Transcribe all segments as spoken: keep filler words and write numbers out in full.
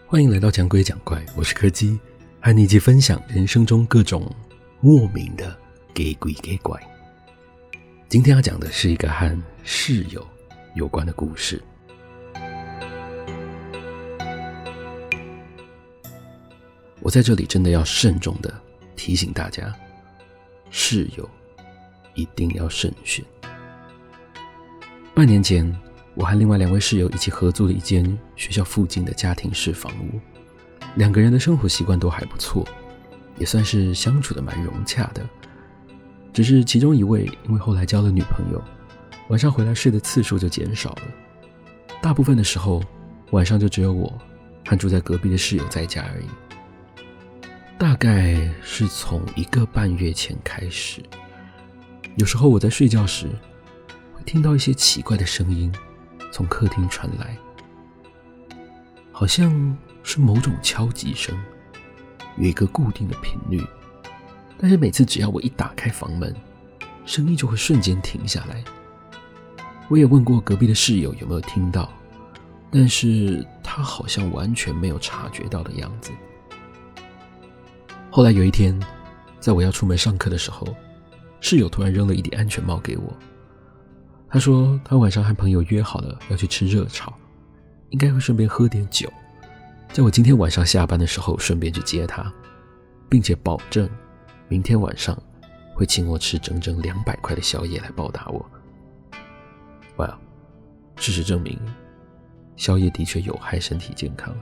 欢迎来到讲鬼讲怪，我是柯基，和你一起分享人生中各种莫名的给鬼给怪。今天要讲的是一个和室友有关的故事。我在这里真的要慎重的提醒大家，室友一定要慎选。半年前，我和另外两位室友一起合租了一间学校附近的家庭式房屋，两个人的生活习惯都还不错，也算是相处的蛮融洽的。只是其中一位因为后来交了女朋友，晚上回来睡的次数就减少了。大部分的时候，晚上就只有我和住在隔壁的室友在家而已。大概是从一个半月前开始，有时候我在睡觉时会听到一些奇怪的声音从客厅传来，好像是某种敲击声，有一个固定的频率，但是每次只要我一打开房门，声音就会瞬间停下来。我也问过隔壁的室友有没有听到，但是他好像完全没有察觉到的样子。后来有一天，在我要出门上课的时候，室友突然扔了一顶安全帽给我。他说他晚上和朋友约好了要去吃热炒，应该会顺便喝点酒，叫我今天晚上下班的时候顺便去接他，并且保证明天晚上会请我吃整整两百块的宵夜来报答我。哇，事实证明，宵夜的确有害身体健康。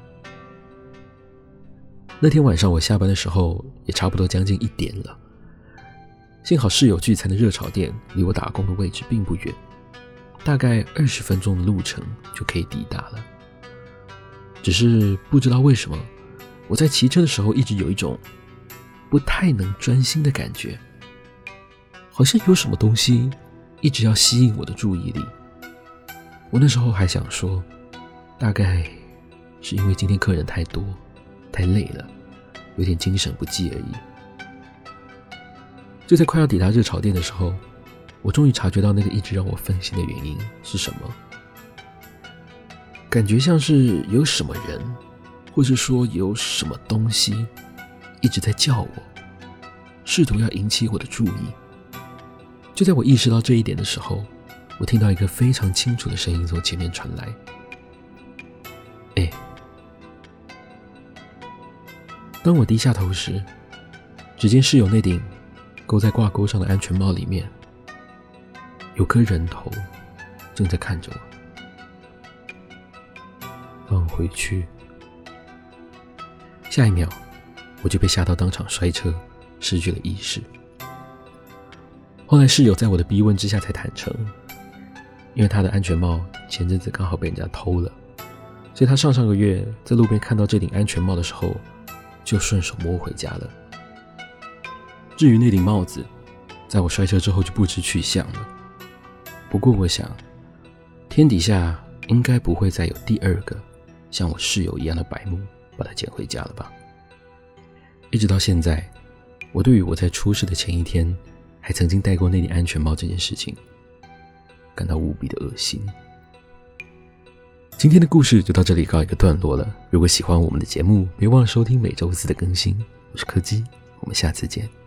那天晚上我下班的时候也差不多将近一点了，幸好室友聚餐的热炒店离我打工的位置并不远，大概二十分钟的路程就可以抵达了。只是不知道为什么，我在骑车的时候一直有一种不太能专心的感觉，好像有什么东西一直要吸引我的注意力。我那时候还想说，大概是因为今天客人太多太累了，有点精神不济而已。就在快要抵达热炒店的时候，我终于察觉到那个一直让我分心的原因是什么。感觉像是有什么人，或是说有什么东西一直在叫我，试图要引起我的注意。就在我意识到这一点的时候，我听到一个非常清楚的声音从前面传来。哎，当我低下头时，只见室友那顶勾在挂钩上的安全帽里面有颗人头正在看着我。放回去。下一秒我就被吓到当场摔车，失去了意识。后来室友在我的逼问之下才坦诚，因为他的安全帽前阵子刚好被人家偷了，所以他上上个月在路边看到这顶安全帽的时候就顺手摸回家了。至于那顶帽子，在我摔车之后就不知去向了。不过我想，天底下应该不会再有第二个像我室友一样的白目把它捡回家了吧。一直到现在，我对于我在出事的前一天还曾经戴过那顶安全帽这件事情感到无比的恶心。今天的故事就到这里告一个段落了。如果喜欢我们的节目，别忘了收听每周四的更新。我是柯基，我们下次见。